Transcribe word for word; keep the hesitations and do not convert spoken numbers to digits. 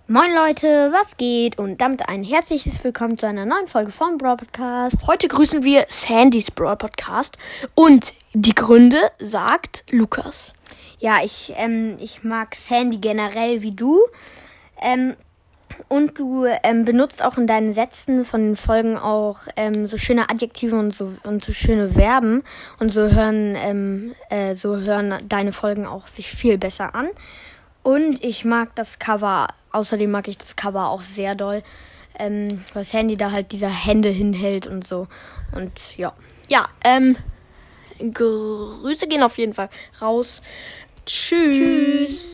Moin Leute, was geht? Und damit ein herzliches Willkommen zu einer neuen Folge vom Brawl Podcast. Heute grüßen wir Sandys Brawl Podcast und die Gründe sagt Lukas. Ja, ich, ähm, ich mag Sandy generell wie du. Ähm, und du ähm, benutzt auch in deinen Sätzen von den Folgen auch ähm, so schöne Adjektive und so und so schöne Verben. Und so hören, ähm, äh, so hören deine Folgen auch sich viel besser an. Und ich mag das Cover, außerdem mag ich das Cover auch sehr doll, ähm, weil Sandy da halt diese Hände hinhält und so. Und ja. Ja, ähm, Grüße gehen auf jeden Fall raus. Tschüss. Tschüss.